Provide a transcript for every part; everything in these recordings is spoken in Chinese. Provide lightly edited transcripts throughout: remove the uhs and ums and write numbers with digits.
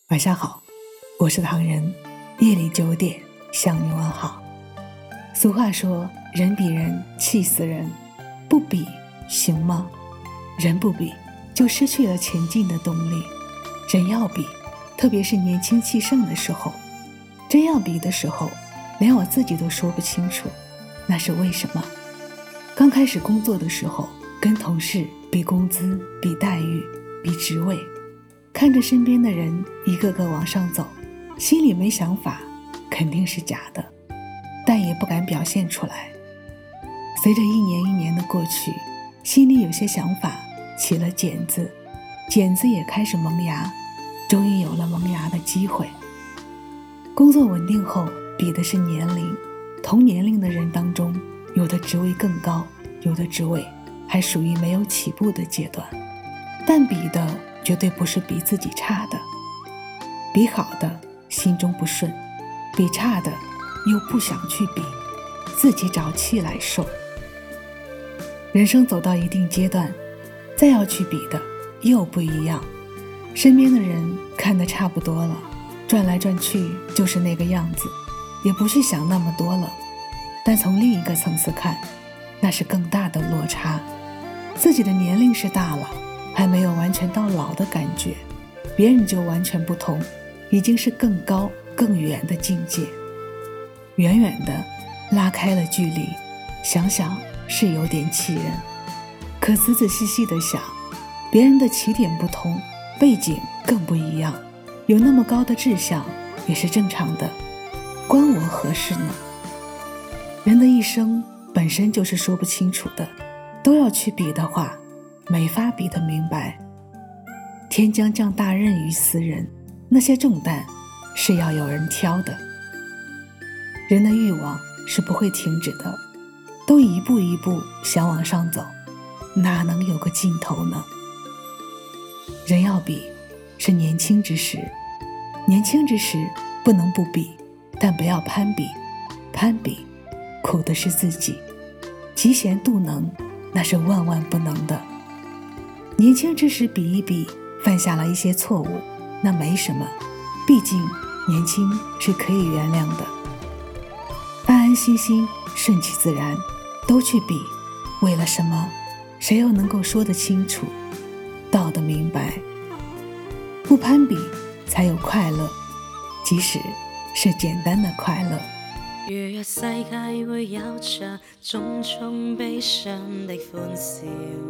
晚上好，我是唐人，夜里9点向你问好。俗话说，人比人气死人，不比行吗？人不比就失去了前进的动力，人要比，特别是年轻气盛的时候。真要比的时候，连我自己都说不清楚，那是为什么？刚开始工作的时候，跟同事比工资，比待遇，比职位，看着身边的人一个个往上走，心里没想法，肯定是假的，但也不敢表现出来。随着一年一年的过去，心里有些想法起了茧子，茧子也开始萌芽，终于有了萌芽的机会。工作稳定后，比的是年龄，同年龄的人当中，有的职位更高，有的职位还属于没有起步的阶段，但比的绝对不是比自己差的，比好的心中不顺，比差的又不想去比，自己找气来受。人生走到一定阶段，再要去比的又不一样，身边的人看得差不多了，转来转去就是那个样子，也不去想那么多了。但从另一个层次看，那是更大的落差，自己的年龄是大了，还没有完全到老的感觉，别人就完全不同，已经是更高更远的境界，远远的拉开了距离，想想是有点气人。可仔仔细细的想，别人的起点不同，背景更不一样，有那么高的志向也是正常的，关我何事呢？人的一生本身就是说不清楚的，都要去比的话，没法比得明白。天将降大任于斯人，那些重担是要有人挑的。人的欲望是不会停止的，都一步一步想往上走，哪能有个尽头呢？人要比，是年轻之时，年轻之时不能不比，但不要攀比，攀比苦的是自己，嫉贤妒能那是万万不能的。年轻之时比一比，犯下了一些错误，那没什么，毕竟年轻是可以原谅的。安安心心，顺其自然，都去比，为了什么？谁又能够说得清楚，道得明白？不攀比才有快乐，即使是简单的快乐。 如若世界會有着種種悲傷的歡笑，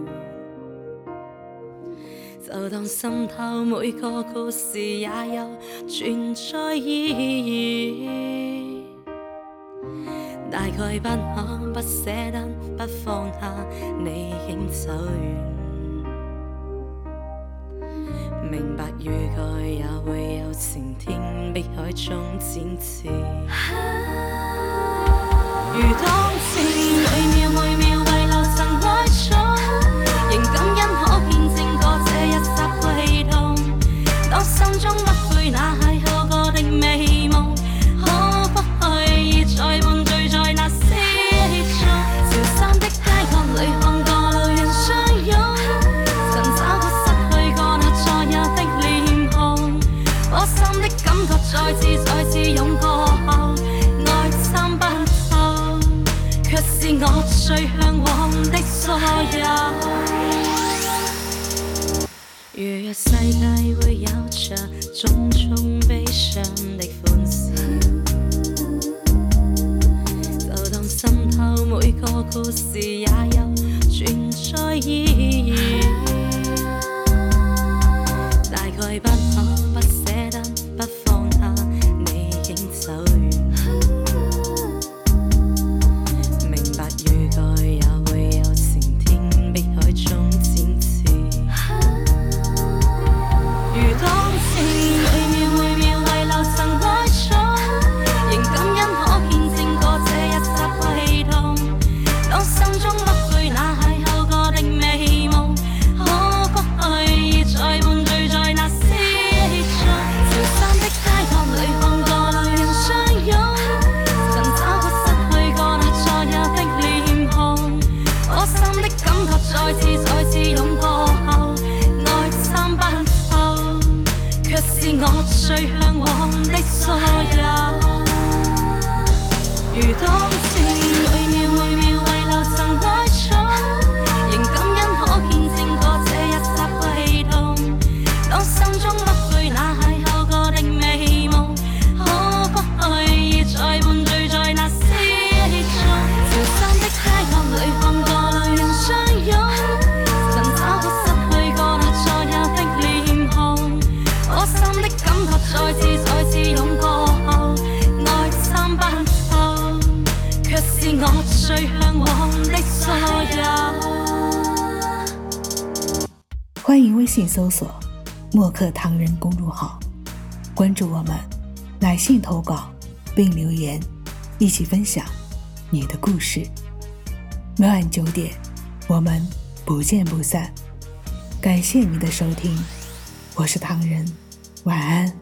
就當滲透每個故事也有存在意義。大概不可不捨得不放下你竟走遠，明白雨蓋也會有晴天，碧海中展翅。如當前每秒每秒遺留塵埃中，仍感恩可見證過這一剎悸動。當心中不悔那邂逅過的美夢，可不可以再伴聚在那詩中？潮汕的街角裏看過路人相擁，曾找過失去過那昨日的臉紅，窩心的感覺再次湧過後，愛參不透，卻是我最向往的所有。如若世界會有着種種悲傷的歡笑，就當滲透每個故事也有存在意義。大概不可不捨得不放下你竟走遠，明白雨蓋也會有晴天，碧海中展翅。如當前每秒每秒遺留塵埃中，仍感恩可見證過這一剎悸動。當心中不悔那邂逅過的美夢，可不可以再伴聚在那詩卻是我最向往的所有。如當時每秒每秒遺留曾哀痛，仍感恩可見證過這一剎悸動。當心中mất去那邂逅過的美夢，可不可以再伴侶在那詩中？潮汕的街角裏看過兩人相擁，尋找可失去過那昨日的臉紅。可心的感覺再次湧過後，愛參斑透，卻是我最向往的所有。 欢迎微信搜索墨客唐人公众号，关注我们，来信投稿并留言，一起分享你的故事。每晚9点，我们不见不散。感谢你的收听，我是唐人，晚安。